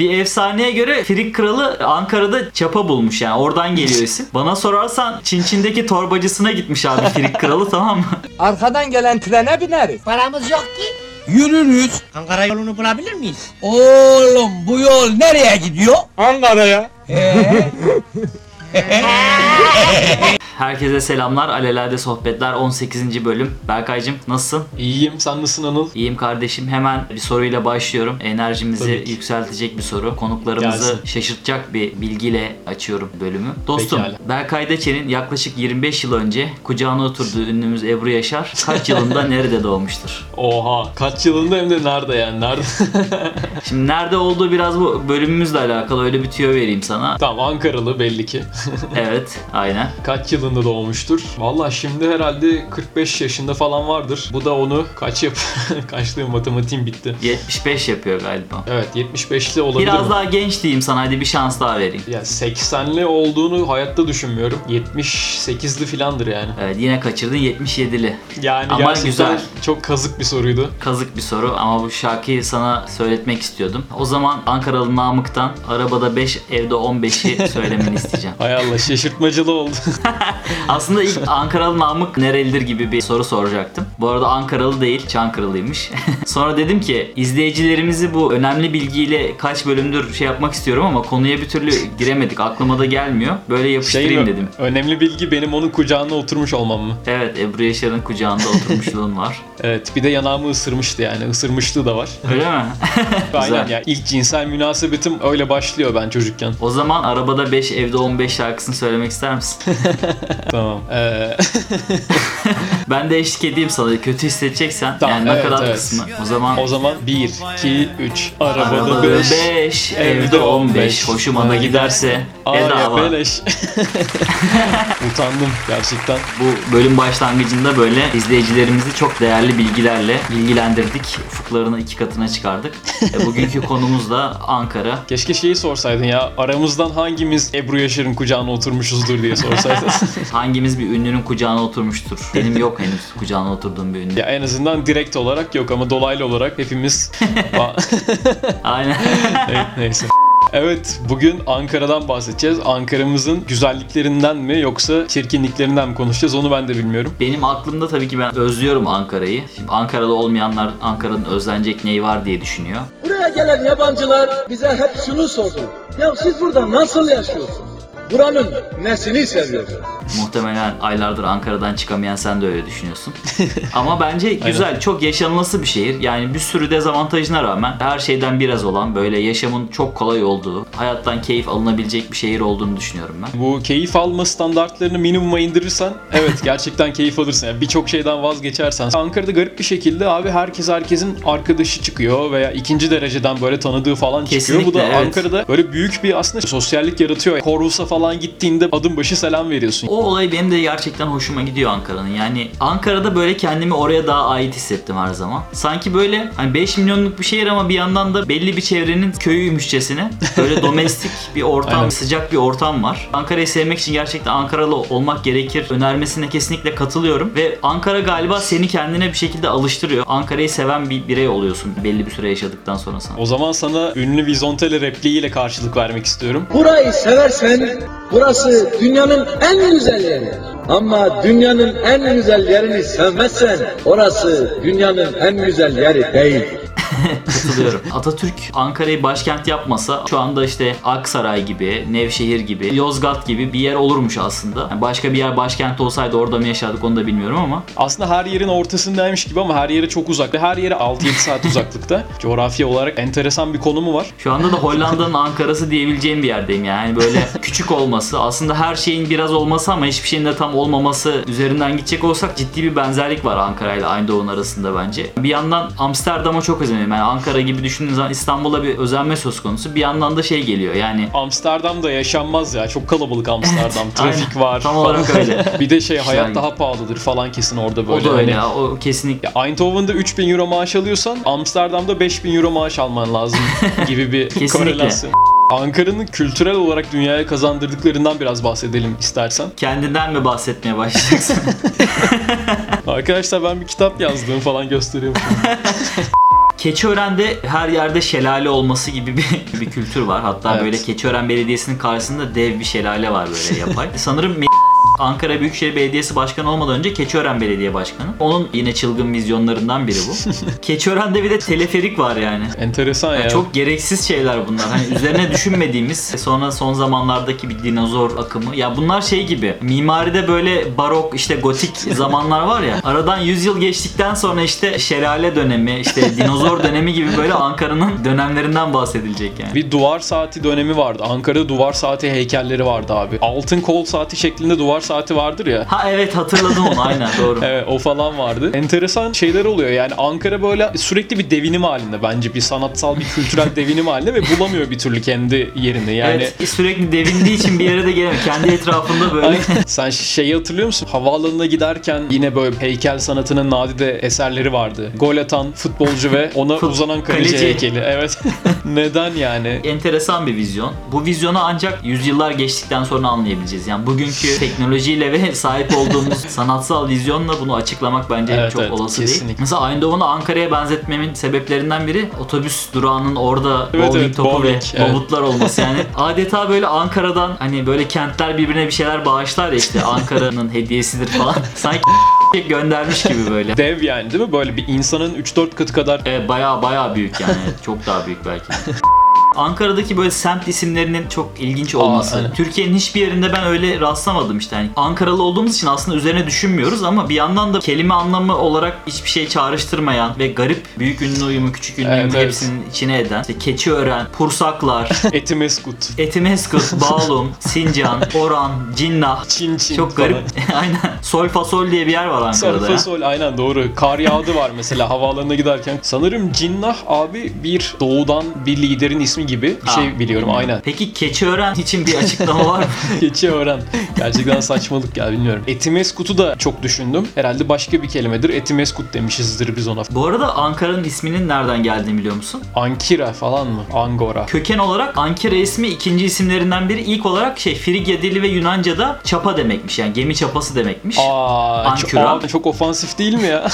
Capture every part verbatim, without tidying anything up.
Bir efsaneye göre Frig Kralı Ankara'da çapa bulmuş yani. Oradan geliyor isim. Bana sorarsan Çin Çin'deki torbacısına gitmiş abi Frig Kralı, tamam mı? Arkadan gelen trene bineriz. Paramız yok ki. Yürürüz. Ankara yolunu bulabilir miyiz? Oğlum bu yol nereye gidiyor? Ankara'ya. Ee? Herkese selamlar. Alelade Sohbetler on sekizinci bölüm. Berkaycığım nasılsın? İyiyim, sen nasılsın Anıl? İyiyim kardeşim. Hemen bir soruyla başlıyorum. Enerjimizi Tabii ki. yükseltecek bir soru. Konuklarımızı Gelsin. şaşırtacak bir bilgiyle açıyorum bölümü. Dostum, Pekala. Berkay Deçen'in yaklaşık yirmi beş yıl önce kucağına oturduğu ünlümüz Ebru Yaşar kaç yılında nerede doğmuştur? Oha, kaç yılında hem de nerede yani, nerede? Şimdi nerede olduğu biraz bu bölümümüzle alakalı, öyle bir tüyo vereyim sana. Tamam, Ankaralı belli ki. Evet, aynen. Kaç yılında doğmuştur? Valla şimdi herhalde kırk beş yaşında falan vardır. Bu da onu kaç yap? Kaçlığı matematiğim bitti. yetmiş beş yapıyor galiba. Evet, yetmiş beşli olabilir Biraz mi? daha genç diyeyim sana, hadi bir şans daha vereyim. Ya seksenli olduğunu hayatta düşünmüyorum. yetmiş sekizli filandır yani. Evet, yine kaçırdın, yetmiş yedili. Yani Ama gerçekten güzel. çok kazık bir soruydu. Kazık bir soru ama bu şarkıyı sana söyletmek istiyordum. O zaman Ankaralı Namık'tan arabada beş evde on beşi söylemeni isteyeceğim. Hay Allah, şaşırtmacılı oldu. Aslında ilk Ankaralı Namık nerelidir gibi bir soru soracaktım. Bu arada Ankaralı değil, Çankırılıymış. Sonra dedim ki izleyicilerimizi bu önemli bilgiyle kaç bölümdür şey yapmak istiyorum ama konuya bir türlü giremedik. Aklıma da gelmiyor. Böyle yapıştırayım Şey mi? dedim. Önemli bilgi benim onun kucağına oturmuş olmam mı? Evet, Ebru Yaşar'ın kucağında oturmuşluğun var. Evet, bir de yanağımı ısırmıştı yani. Isırmışlığı da var. Öyle mi? Aynen Güzel. ya. İlk cinsel münasebetim öyle başlıyor ben çocukken. O zaman arabada beş evde on beş şarkısını söylemek ister misin? Tamam. Ee... Ben de eşlik edeyim sana. Kötü hissedeceksen Tamam, yani evet, nakarat evet. kısmı. O zaman o zaman bir, iki, üç. Arabada arabada beş. beş, evde on beş. Hoşuma da giderse Aya bedava. beleş. Utandım gerçekten. Bu bölüm başlangıcında böyle izleyicilerimizi çok değerli bilgilerle bilgilendirdik. Ufuklarını iki katına çıkardık. E, bugünkü konumuz da Ankara. Keşke şeyi sorsaydın ya. Aramızdan hangimiz Ebru Yaşar'ın kucağına oturmuşuzdur diye sorsaydın. Hangimiz bir ünlünün kucağına oturmuştur? Benim yok henüz kucağına oturduğum bir ünlü. Ya en azından direkt olarak yok ama dolaylı olarak hepimiz... Aynen. Evet, neyse. Evet, bugün Ankara'dan bahsedeceğiz. Ankara'mızın güzelliklerinden mi yoksa çirkinliklerinden mi konuşacağız, onu ben de bilmiyorum. Benim aklımda tabii ki ben özlüyorum Ankara'yı. Şimdi Ankara'da olmayanlar Ankara'nın özlenecek neyi var diye düşünüyor. Buraya gelen yabancılar bize hep şunu sordu. Ya siz burada nasıl yaşıyorsunuz? Buranın nesini seviyorsunuz? Muhtemelen aylardır Ankara'dan çıkamayan sen de öyle düşünüyorsun. Ama bence güzel, çok yaşanılası bir şehir. Yani bir sürü dezavantajına rağmen her şeyden biraz olan, böyle yaşamın çok kolay olduğu, hayattan keyif alınabilecek bir şehir olduğunu düşünüyorum ben. Bu keyif alma standartlarını minimuma indirirsen evet gerçekten keyif alırsın. Yani birçok şeyden vazgeçersen. Ankara'da garip bir şekilde abi herkes herkesin arkadaşı çıkıyor veya ikinci dereceden böyle tanıdığı falan çıkıyor. Kesinlikle, Bu da evet. Ankara'da böyle büyük bir aslında sosyallik yaratıyor. Korvus'a falan gittiğinde adım başı selam veriyorsun. O olay benim de gerçekten hoşuma gidiyor Ankara'nın. Yani Ankara'da böyle kendimi oraya daha ait hissettim her zaman. Sanki böyle hani beş milyonluk bir şehir ama bir yandan da belli bir çevrenin köyüymüşçesine böyle domestik bir ortam, Aynen. sıcak bir ortam var. Ankara'yı sevmek için gerçekten Ankaralı olmak gerekir önermesine kesinlikle katılıyorum ve Ankara galiba seni kendine bir şekilde alıştırıyor. Ankara'yı seven bir birey oluyorsun belli bir süre yaşadıktan sonra sana. O zaman sana ünlü Vizontele repliğiyle karşılık vermek istiyorum. Burayı seversen burası dünyanın en güzel yeri. Ama dünyanın en güzel yerini sevmezsen orası dünyanın en güzel yeri değil. Katılıyorum. Atatürk Ankara'yı başkent yapmasa şu anda işte Aksaray gibi, Nevşehir gibi, Yozgat gibi bir yer olurmuş aslında. Yani başka bir yer başkent olsaydı orada mı yaşardık onu da bilmiyorum ama. Aslında her yerin ortasındaymış gibi ama her yere çok uzak. Her yere altı yedi saat uzaklıkta. Coğrafya olarak enteresan bir konumu var. Şu anda da Hollanda'nın Ankara'sı diyebileceğim bir yerdeyim yani. Böyle küçük olması, aslında her şeyin biraz olması ama hiçbir şeyin de tam olmaması üzerinden gidecek olsak ciddi bir benzerlik var Ankara ile Eindhoven arasında bence. Bir yandan Amsterdam'a çok özeniyorum. Yani Ankara gibi düşündüğünüz zaman İstanbul'a bir özenme söz konusu. Bir yandan da şey geliyor yani. Amsterdam'da yaşanmaz ya. Çok kalabalık Amsterdam. Trafik Aynen. var. Tam olarak öyle. Bir de şey hayat Yani. daha pahalıdır falan kesin orada böyle. O da öyle Hani- ya. O kesinlikle. Ya Eindhoven'da üç bin euro maaş alıyorsan Amsterdam'da beş bin euro maaş alman lazım gibi bir Kesinlikle. korelasyon. Ankara'nın kültürel olarak dünyaya kazandırdıklarından biraz bahsedelim istersen. Kendinden mi bahsetmeye başlayacaksın? Arkadaşlar ben bir kitap yazdığımı falan gösteriyorum. Keçiören'de her yerde şelale olması gibi bir, bir kültür var. Hatta Evet. böyle Keçiören Belediyesi'nin karşısında dev bir şelale var böyle yapay. Sanırım Ankara Büyükşehir Belediyesi Başkanı olmadan önce Keçiören Belediye Başkanı. Onun yine çılgın vizyonlarından biri bu. Keçiören'de bir de teleferik var yani. Enteresan Yani ya. çok gereksiz şeyler bunlar. Hani üzerine düşünmediğimiz, sonra son zamanlardaki bir dinozor akımı. Ya bunlar şey gibi. Mimaride böyle barok, işte gotik zamanlar var ya. Aradan yüz yıl geçtikten sonra işte şelale dönemi, işte dinozor dönemi gibi böyle Ankara'nın dönemlerinden bahsedilecek yani. Bir duvar saati dönemi vardı. Ankara'da duvar saati heykelleri vardı abi. Altın kol saati şeklinde duvar saati vardır ya. Ha evet, hatırladım onu, aynen doğru. Evet, o falan vardı. Enteresan şeyler oluyor yani. Ankara böyle sürekli bir devinim halinde bence. Bir sanatsal, bir kültürel devinim halinde ve bulamıyor bir türlü kendi yerini. Yani Evet, sürekli devindiği için bir yere de gelemiyor. Kendi etrafında böyle. sen şeyi hatırlıyor musun? Havaalanına giderken yine böyle heykel sanatının nadide eserleri vardı. Gol atan futbolcu ve ona Fut- uzanan kaleci, kaleci. heykeli. Evet. Neden yani? Enteresan bir vizyon. Bu vizyonu ancak yüzyıllar geçtikten sonra anlayabileceğiz. Yani bugünkü teknolojiyle ve sahip olduğumuz sanatsal vizyonla bunu açıklamak bence Evet, çok evet, olası değil. kesinlikle. Mesela Eindhoven'u Ankara'ya benzetmemin sebeplerinden biri otobüs durağının orada Evet, bowling evet, topu bowling, ve evet. babutlar olması. Yani adeta böyle Ankara'dan, hani böyle kentler birbirine bir şeyler bağışlar ya, işte Ankara'nın hediyesidir falan. Sanki göndermiş gibi böyle. Dev yani, değil mi? Böyle bir insanın üç dört katı kadar. Evet, baya baya büyük yani. Çok daha büyük belki. Ankara'daki böyle semt isimlerinin çok ilginç olması. aynen. Türkiye'nin hiçbir yerinde ben öyle rastlamadım işte. Yani Ankaralı olduğumuz için aslında üzerine düşünmüyoruz ama bir yandan da kelime anlamı olarak hiçbir şey çağrıştırmayan ve garip büyük ünlü uyumu, küçük ünlü Evet, uyumu evet. hepsinin içine eden. İşte Keçiören, Pursaklar, Etimeskut. Etimeskut, Bağlum, Sincan, Oran, Cinnah. Çin Çin Çok falan. garip. Aynen. Sol Fasol diye bir yer var Ankara'da Sol ya. fasol, aynen doğru. Kar yağdı var mesela havaalanına giderken. Sanırım Cinnah abi bir doğudan bir liderin ismi gibi bir şey Ha, biliyorum, aynen. Peki Keçiören için bir açıklama var mı? Keçi öğren. Gerçekten saçmalık ya, bilmiyorum. Etimeskut'u da çok düşündüm. Herhalde başka bir kelimedir. Etimeskut demişizdir biz ona. Bu arada Ankara'nın isminin nereden geldiğini biliyor musun? Ankira falan mı? Angora. Köken olarak Ankara ismi ikinci isimlerinden biri. İlk olarak şey Frigya dili ve Yunanca'da çapa demekmiş. Yani gemi çapası demekmiş. Aa, çok, Ankara. aa, çok ofansif değil mi ya?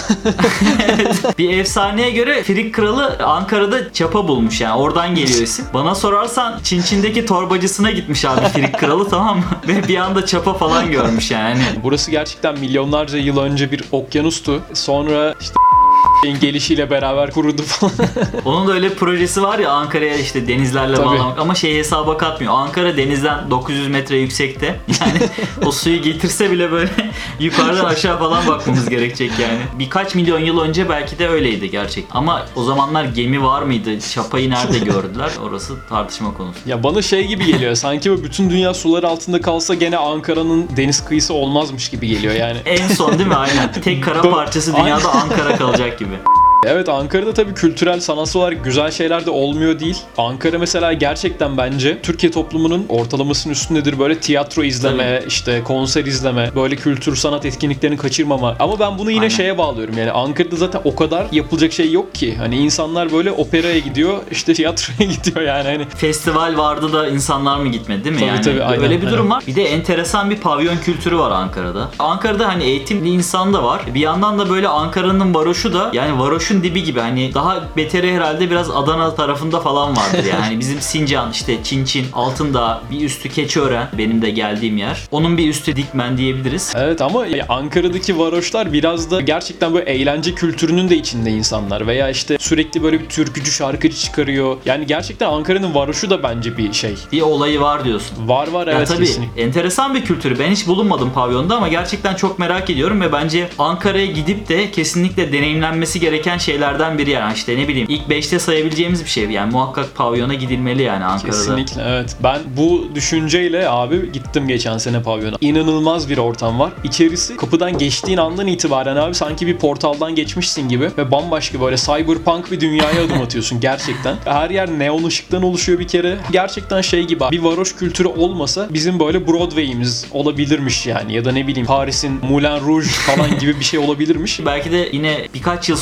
Bir efsaneye göre Frig kralı Ankara'da çapa bulmuş, yani oradan geliyor isim. Bana sorarsan Çin Çin'deki torbacısına gitmiş abi Frig kralı, tamam mı? Ve bir anda çapa falan görmüş yani. Burası gerçekten milyonlarca yıl önce bir okyanustu. Sonra işte gelişiyle beraber kurudu falan. Onun da öyle bir projesi var ya, Ankara'ya işte denizlerle Tabii. bağlamak, ama şey hesaba katmıyor. Ankara denizden dokuz yüz metre yüksekte. Yani o suyu getirse bile böyle yukarıdan aşağı falan bakmamız gerekecek yani. Birkaç milyon yıl önce belki de öyleydi gerçekten. Ama o zamanlar gemi var mıydı? Çapayı nerede gördüler? Orası tartışma konusu. Ya bana şey gibi geliyor. Sanki bu bütün dünya sular altında kalsa gene Ankara'nın deniz kıyısı olmazmış gibi geliyor yani. En son değil mi? Aynen. Tek kara parçası dünyada Ankara kalacak gibi. Evet, Ankara'da tabii kültürel, sanatsal olarak güzel şeyler de olmuyor değil. Ankara mesela gerçekten bence Türkiye toplumunun ortalamasının üstündedir, böyle tiyatro izleme, işte konser izleme, böyle kültür sanat etkinliklerini kaçırmama. Ama ben bunu yine Aynen. şeye bağlıyorum, yani Ankara'da zaten o kadar yapılacak şey yok ki. Hani insanlar böyle operaya gidiyor, işte tiyatroya gidiyor yani hani. Festival vardı da insanlar mı gitmedi değil mi? Tabii, yani tabii, aynen, öyle bir durum aynen. var. Bir de enteresan bir pavyon kültürü var Ankara'da. Ankara'da hani eğitimli insan da var. Bir yandan da böyle Ankara'nın varoşu da, yani varoşun dibi gibi, hani daha beteri herhalde biraz Adana tarafında falan vardır yani. Hani bizim Sincan, işte Çin Çin, Altındağ, bir üstü Keçiören benim de geldiğim yer. Onun bir üstü Dikmen diyebiliriz. Evet ama ya Ankara'daki varoşlar biraz da gerçekten böyle eğlence kültürünün de içinde insanlar, veya işte sürekli böyle bir türkücü, şarkıcı çıkarıyor. Yani gerçekten Ankara'nın varoşu da bence bir şey. Bir olayı var diyorsun. Var var, Ya evet, tabii kesinlikle. enteresan bir kültürü. Ben hiç bulunmadım pavyonda ama gerçekten çok merak ediyorum ve bence Ankara'ya gidip de kesinlikle deneyimlenmesi gereken şeylerden biri yani. İşte ne bileyim, ilk beşte sayabileceğimiz bir şey. Yani muhakkak pavyona gidilmeli yani Ankara'da. Kesinlikle, evet. Ben bu düşünceyle abi gittim geçen sene pavyona. İnanılmaz bir ortam var. İçerisi kapıdan geçtiğin andan itibaren abi sanki bir portaldan geçmişsin gibi ve bambaşka böyle cyberpunk bir dünyaya adım atıyorsun gerçekten. Her yer neon ışıktan oluşuyor bir kere. Gerçekten şey gibi, bir varoş kültürü olmasa bizim böyle Broadway'imiz olabilirmiş yani, ya da ne bileyim Paris'in Moulin Rouge falan gibi bir şey olabilirmiş. Belki de yine birkaç yıl sonra o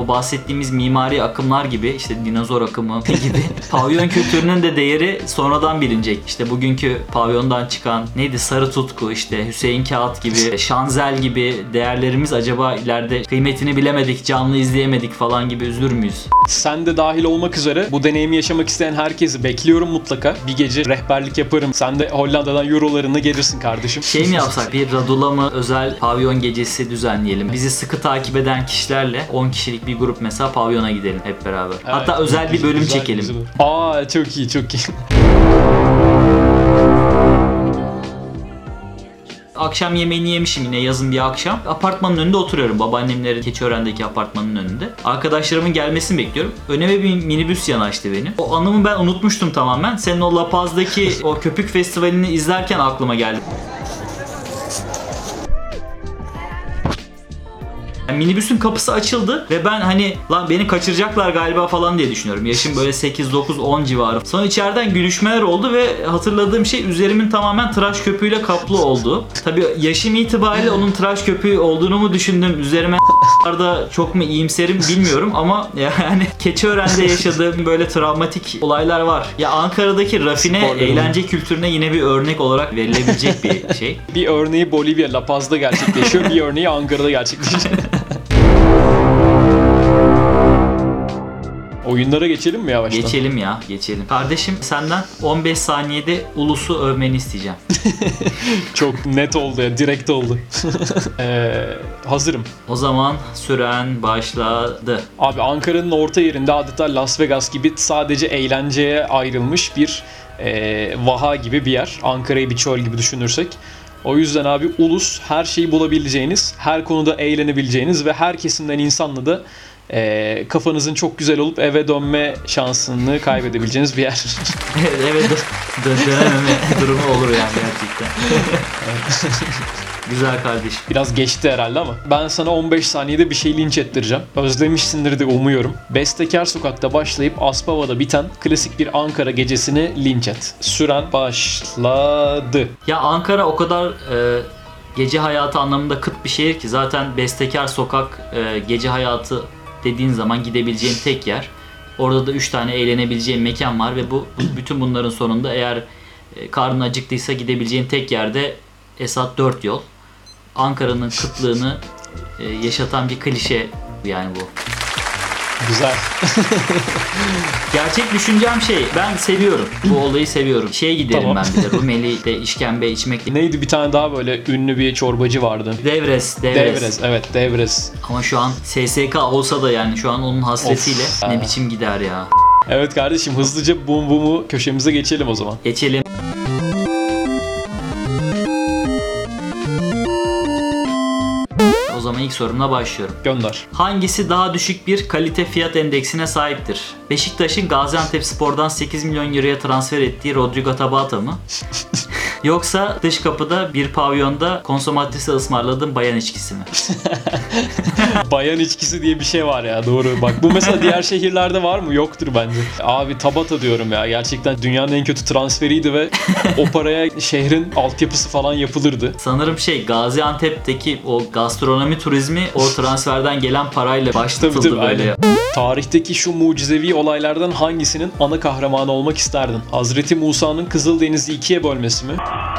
o bahsettiğimiz mimari akımlar gibi, işte dinozor akımı gibi pavyon kültürünün de değeri sonradan bilinecek. İşte bugünkü pavyondan çıkan neydi, Sarı Tutku, işte Hüseyin Kağıt gibi, Şanzel gibi değerlerimiz acaba ileride kıymetini bilemedik, canlı izleyemedik falan gibi üzülür müyüz? Sen de dahil olmak üzere bu deneyimi yaşamak isteyen herkesi bekliyorum mutlaka. Bir gece rehberlik yaparım. Sen de Hollanda'dan Eurolarına gelirsin kardeşim. Şey mi yapsak, bir Radula mı özel pavyon gecesi düzenleyelim? Bizi sıkı takip eden kişilerle on kişilik bir grup mesela pavyona gidelim hep beraber. Hatta Evet, özel bir bölüm güzel, çekelim. güzel olur. Aa çok iyi, çok iyi. Akşam yemeğini yemişim yine yazın bir akşam. Apartmanın önünde oturuyorum. Babaannemlerin Keçiören'deki apartmanın önünde. Arkadaşlarımın gelmesini bekliyorum. Önüme bir minibüs yanaştı benim. O anımı ben unutmuştum tamamen. Senin o La Paz'daki o köpük festivalini izlerken aklıma geldi. Yani minibüsün kapısı açıldı ve ben hani lan beni kaçıracaklar galiba falan diye düşünüyorum. Yaşım böyle sekiz dokuz on civarı. Sonra içeriden gülüşmeler oldu ve hatırladığım şey üzerimin tamamen tıraş köpüğüyle kaplı oldu. Tabii yaşım itibariyle onun tıraş köpüğü olduğunu mu düşündüm, üzerime da çok mu iyimserim bilmiyorum ama yani Keçiören'de yaşadığım böyle travmatik olaylar var. Ya Ankara'daki rafine Spoiler eğlence kültürüne yine bir örnek olarak verilebilecek bir şey. Bir örneği Bolivya, La Paz'da gerçekleşiyor. Bir örneği Ankara'da gerçekleşiyor. Oyunlara geçelim mi yavaştan? Geçelim ya, geçelim. Kardeşim senden on beş saniyede ulusu övmeni isteyeceğim. Çok net oldu ya, direkt oldu. ee, hazırım. O zaman süren başladı. Abi Ankara'nın orta yerinde adeta Las Vegas gibi sadece eğlenceye ayrılmış bir e, vaha gibi bir yer. Ankara'yı bir çöl gibi düşünürsek. O yüzden abi ulus, her şeyi bulabileceğiniz, her konuda eğlenebileceğiniz ve her kesimden insanla da e, kafanızın çok güzel olup eve dönme şansını kaybedebileceğiniz bir yer. Evet, dö- dö- dönememe durumu olur yani gerçekten. Güzel kardeşim. Biraz geçti herhalde ama ben sana on beş saniyede bir şey linç ettireceğim. Özlemişsindir de umuyorum. Bestekar Sokak'ta başlayıp Aspava'da biten klasik bir Ankara gecesini linç et. Süren başladı. Ya Ankara o kadar e, gece hayatı anlamında kıt bir şehir ki zaten Bestekar Sokak e, gece hayatı dediğin zaman gidebileceğin tek yer. Orada da üç tane eğlenebileceğin mekan var ve bu, bu bütün bunların sonunda eğer e, karnın acıktıysa gidebileceğin tek yerde Esat dört yol. Ankara'nın kıtlığını e, yaşatan bir klişe yani bu. Güzel. Gerçek düşüneceğim şey, ben seviyorum. Bu olayı seviyorum. Şeye giderim Tamam. ben bir de Rumeli'de işkembe içmek. Neydi, bir tane daha böyle ünlü bir çorbacı vardı. Devres, Devres. Devres, evet Devres. Ama şu an S S K olsa da yani şu an onun hasretiyle Of. ne Ha. biçim gider ya. Evet kardeşim, hızlıca bum bumu köşemize geçelim o zaman. Geçelim. O zaman ilk sorumla başlıyorum. Gönder. Hangisi daha düşük bir kalite fiyat endeksine sahiptir? Beşiktaş'ın Gaziantepspor'dan sekiz milyon euroya transfer ettiği Rodrigo Tabata mı? Yoksa dış kapıda bir pavyonda konsomatrisi ısmarladığın bayan içkisi mi? Bayan içkisi diye bir şey var ya, doğru. Bak bu mesela diğer şehirlerde var mı? Yoktur bence. Abi Tabata diyorum ya. Gerçekten dünyanın en kötü transferiydi ve o paraya şehrin altyapısı falan yapılırdı. Sanırım şey Gaziantep'teki o gastronomi turizmi o transferden gelen parayla Tabii başlatıldı tabii, böyle. aynen. Tarihteki şu mucizevi olaylardan hangisinin ana kahramanı olmak isterdin? Hazreti Musa'nın Kızıldeniz'i ikiye bölmesi mi?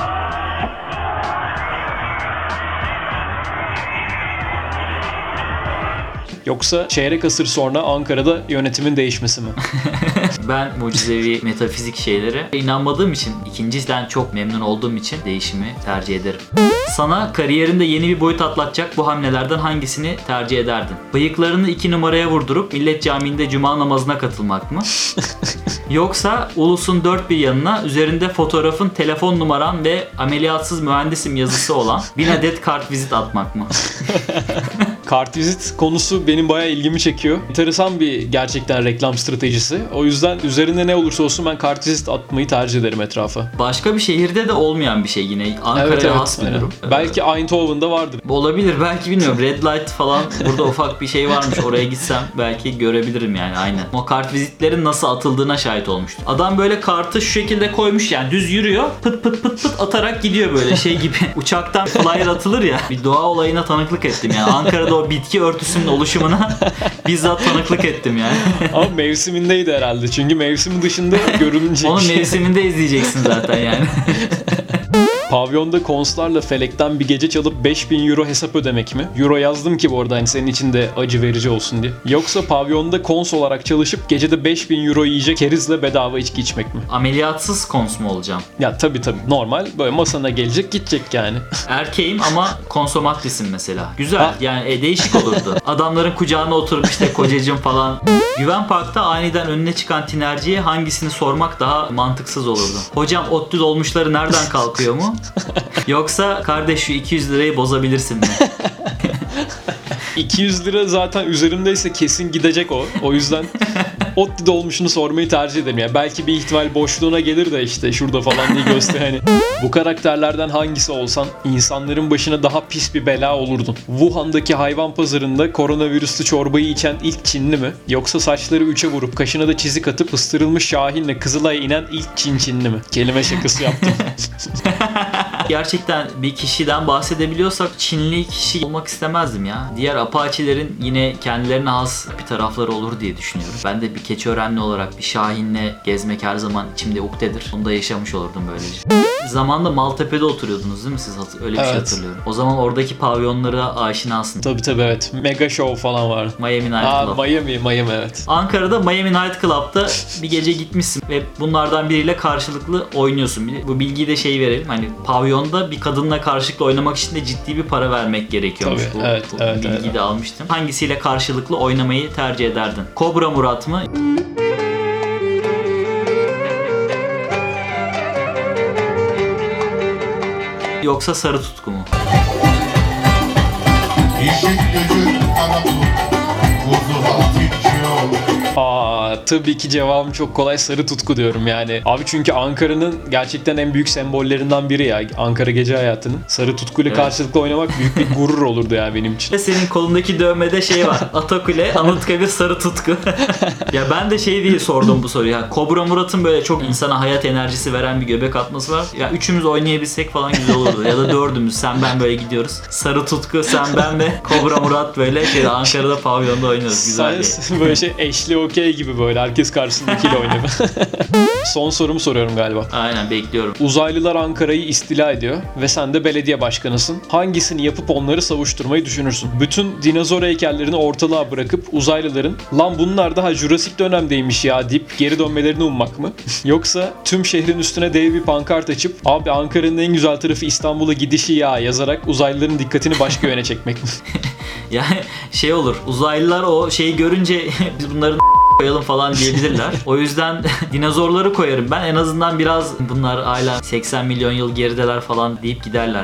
Yoksa çeyrek asır sonra Ankara'da yönetimin değişmesi mi? Ben mucizevi metafizik şeylere inanmadığım için, ikinciden çok memnun olduğum için değişimi tercih ederim. Sana kariyerinde yeni bir boyut atlatacak bu hamlelerden hangisini tercih ederdin? Bıyıklarını iki numaraya vurdurup Millet Camii'nde cuma namazına katılmak mı? Yoksa ulusun dört bir yanına üzerinde fotoğrafın, telefon numaran ve ameliyatsız mühendisim yazısı olan bin adet kartvizit atmak mı? Kartvizit konusu benim bayağı ilgimi çekiyor. Enteresan bir gerçekten reklam stratejisi. O yüzden üzerinde ne olursa olsun ben kartvizit atmayı tercih ederim etrafa. Başka bir şehirde de olmayan bir şey yine. Ankara'ya Evet, evet, has bir aynen. durum. Belki Eindhoven'da vardır. Olabilir, belki bilmiyorum. Red light falan burada ufak bir şey varmış. Oraya gitsem belki görebilirim yani, aynen. O kart vizitlerin nasıl atıldığına şahit olmuştum. Adam böyle kartı şu şekilde koymuş yani, düz yürüyor. Pıt pıt pıt pıt atarak gidiyor böyle şey gibi. Uçaktan flyer atılır ya. Bir doğa olayına tanıklık ettim yani. Ankara'da o bitki örtüsünün oluşumuna bizzat tanıklık ettim yani. Ama mevsimindeydi herhalde. Çünkü mevsim dışında görülmeyecek. Onu mevsiminde izleyeceksin zaten yani. Pavyonda konslarla felekten bir gece çalıp beş bin euro hesap ödemek mi? Euro yazdım ki bu arada hani senin için de acı verici olsun diye. Yoksa pavyonda kons olarak çalışıp gecede beş bin euro yiyecek kerizle bedava içki içmek mi? Ameliyatsız kons mu olacağım? Ya tabii tabii normal böyle masana gelecek gidecek yani. Erkeğim ama konsomatlisin mesela. Güzel Ha. yani e, değişik olurdu. Adamların kucağına oturup işte kocacığım falan. Güven Park'ta aniden önüne çıkan tinerciye hangisini sormak daha mantıksız olurdu. Hocam ODTÜ dolmuşları nereden kalkıyor mu? Yoksa kardeş şu iki yüz lirayı bozabilirsin mi? iki yüz lira zaten üzerimdeyse kesin gidecek o. O yüzden ODTÜ dolmuşunu sormayı tercih ederim. Yani belki bir ihtimal boşluğuna gelir de işte şurada falan diye göster hani. Bu karakterlerden hangisi olsan insanların başına daha pis bir bela olurdun. Wuhan'daki hayvan pazarında koronavirüslü çorbayı içen ilk Çinli mi? Yoksa saçları üçe vurup kaşına da çizik atıp ıstırılmış Şahin'le Kızılay'a inen ilk Çin Çinli mi? Kelime şakası yaptım. Gerçekten bir kişiden bahsedebiliyorsak Çinli kişi olmak istemezdim ya. Diğer Apache'lerin yine kendilerine has bir tarafları olur diye düşünüyorum. Ben de bir Keçiörenli olarak bir Şahin'le gezmek her zaman içimde ukdedir. Onu da yaşamış olurdum böylece. Zamanında Maltepe'de oturuyordunuz değil mi siz? Öyle bir şey Evet. hatırlıyorum. O zaman oradaki pavyonlara aşinasın. Tabii tabii evet. Mega Show falan var. Miami Night Aa, Club. Miami, Miami evet. Ankara'da Miami Night Club'da bir gece gitmişsin ve bunlardan biriyle karşılıklı oynuyorsun. Bu bilgiyi de şey verelim. Hani pavyonda bir kadınla karşılıklı oynamak için de ciddi bir para vermek gerekiyormuş. Tabii, bu, evet, bu evet, bilgiyi evet. de almıştım. Hangisiyle karşılıklı oynamayı tercih ederdin? Kobra Murat mı? Yoksa Sarı Tutku mu? İşin gücün kara tut, kuzu halt içiyor. Aa, tabii ki cevabım çok kolay, Sarı Tutku diyorum yani. Abi çünkü Ankara'nın gerçekten en büyük sembollerinden biri ya. Ankara gece hayatının. Sarı Tutkuyla Evet. karşılıklı oynamak büyük bir gurur olurdu ya benim için. Ve senin kolundaki dövmede şey var. Atakule, Anıtkabir, Sarı Tutku. Ya ben de şey diye sordum bu soruyu. Ya Kobra Murat'ın böyle çok insana hayat enerjisi veren bir göbek atması var. Ya üçümüz oynayabilsek falan güzel olurdu. Ya da dördümüz sen ben böyle gidiyoruz. Sarı Tutku, sen ben ve Kobra Murat böyle şeyde Ankara'da pavyonda oynuyoruz. Güzel Sen böyle şey eşli okey gibi böyle herkes karşısındakiyle oynuyor. Son sorumu soruyorum galiba. Aynen bekliyorum. Uzaylılar Ankara'yı istila ediyor ve sen de belediye başkanısın. Hangisini yapıp onları savuşturmayı düşünürsün? Bütün dinozor heykellerini ortalığa bırakıp uzaylıların lan bunlar daha Jurassic dönemdeymiş ya deyip geri dönmelerini ummak mı? Yoksa tüm şehrin üstüne dev bir pankart açıp abi Ankara'nın en güzel tarafı İstanbul'a gidişi ya yazarak uzaylıların dikkatini başka yöne çekmek mi? Yani şey olur. Uzaylılar o şeyi görünce biz bunların koyalım falan diyebilirler. O yüzden dinozorları koyarım ben. En azından biraz bunlar hala seksen milyon yıl gerideler falan deyip giderler.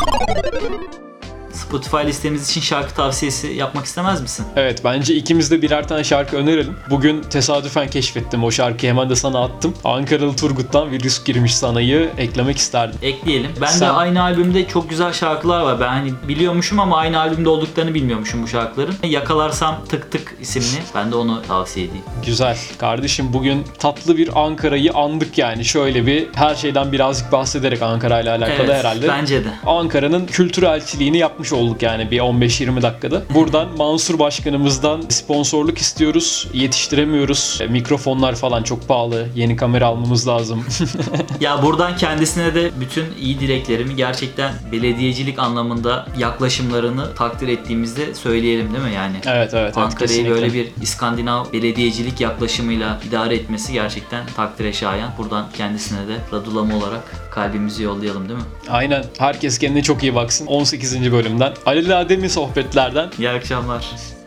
Spotify listemiz için şarkı tavsiyesi yapmak istemez misin? Evet bence ikimiz de birer tane şarkı önerelim. Bugün tesadüfen keşfettim o şarkıyı, hemen de sana attım. Ankaralı Turgut'tan Virüs Girmiş Sana'yı eklemek isterdim. Ekleyelim. Ben Sen- de aynı albümde çok güzel şarkılar var. Ben hani biliyormuşum ama aynı albümde olduklarını bilmiyormuşum bu şarkıların. Yakalarsam Tık Tık isimli. Ben de onu tavsiye edeyim. Güzel. Kardeşim bugün tatlı bir Ankara'yı andık yani. Şöyle bir her şeyden birazcık bahsederek Ankara ile alakalı Evet, herhalde. bence de. Ankara'nın kültür elçiliğini yapmış olduk yani bir on beş yirmi dakikada. Buradan Mansur Başkanımızdan sponsorluk istiyoruz. Yetiştiremiyoruz. E, Mikrofonlar falan çok pahalı. Yeni kamera almamız lazım. Ya buradan kendisine de bütün iyi dileklerimi, gerçekten belediyecilik anlamında yaklaşımlarını takdir ettiğimizde söyleyelim değil mi yani? evet evet. evet Ankara'yı kesinlikle. böyle bir İskandinav belediyecilik yaklaşımıyla idare etmesi gerçekten takdire şayan. Buradan kendisine de radulama olarak kalbimizi yollayalım değil mi? Aynen. Herkes kendine çok iyi baksın. on sekizinci bölümden. Ali Adem'in sohbetlerden İyi akşamlar.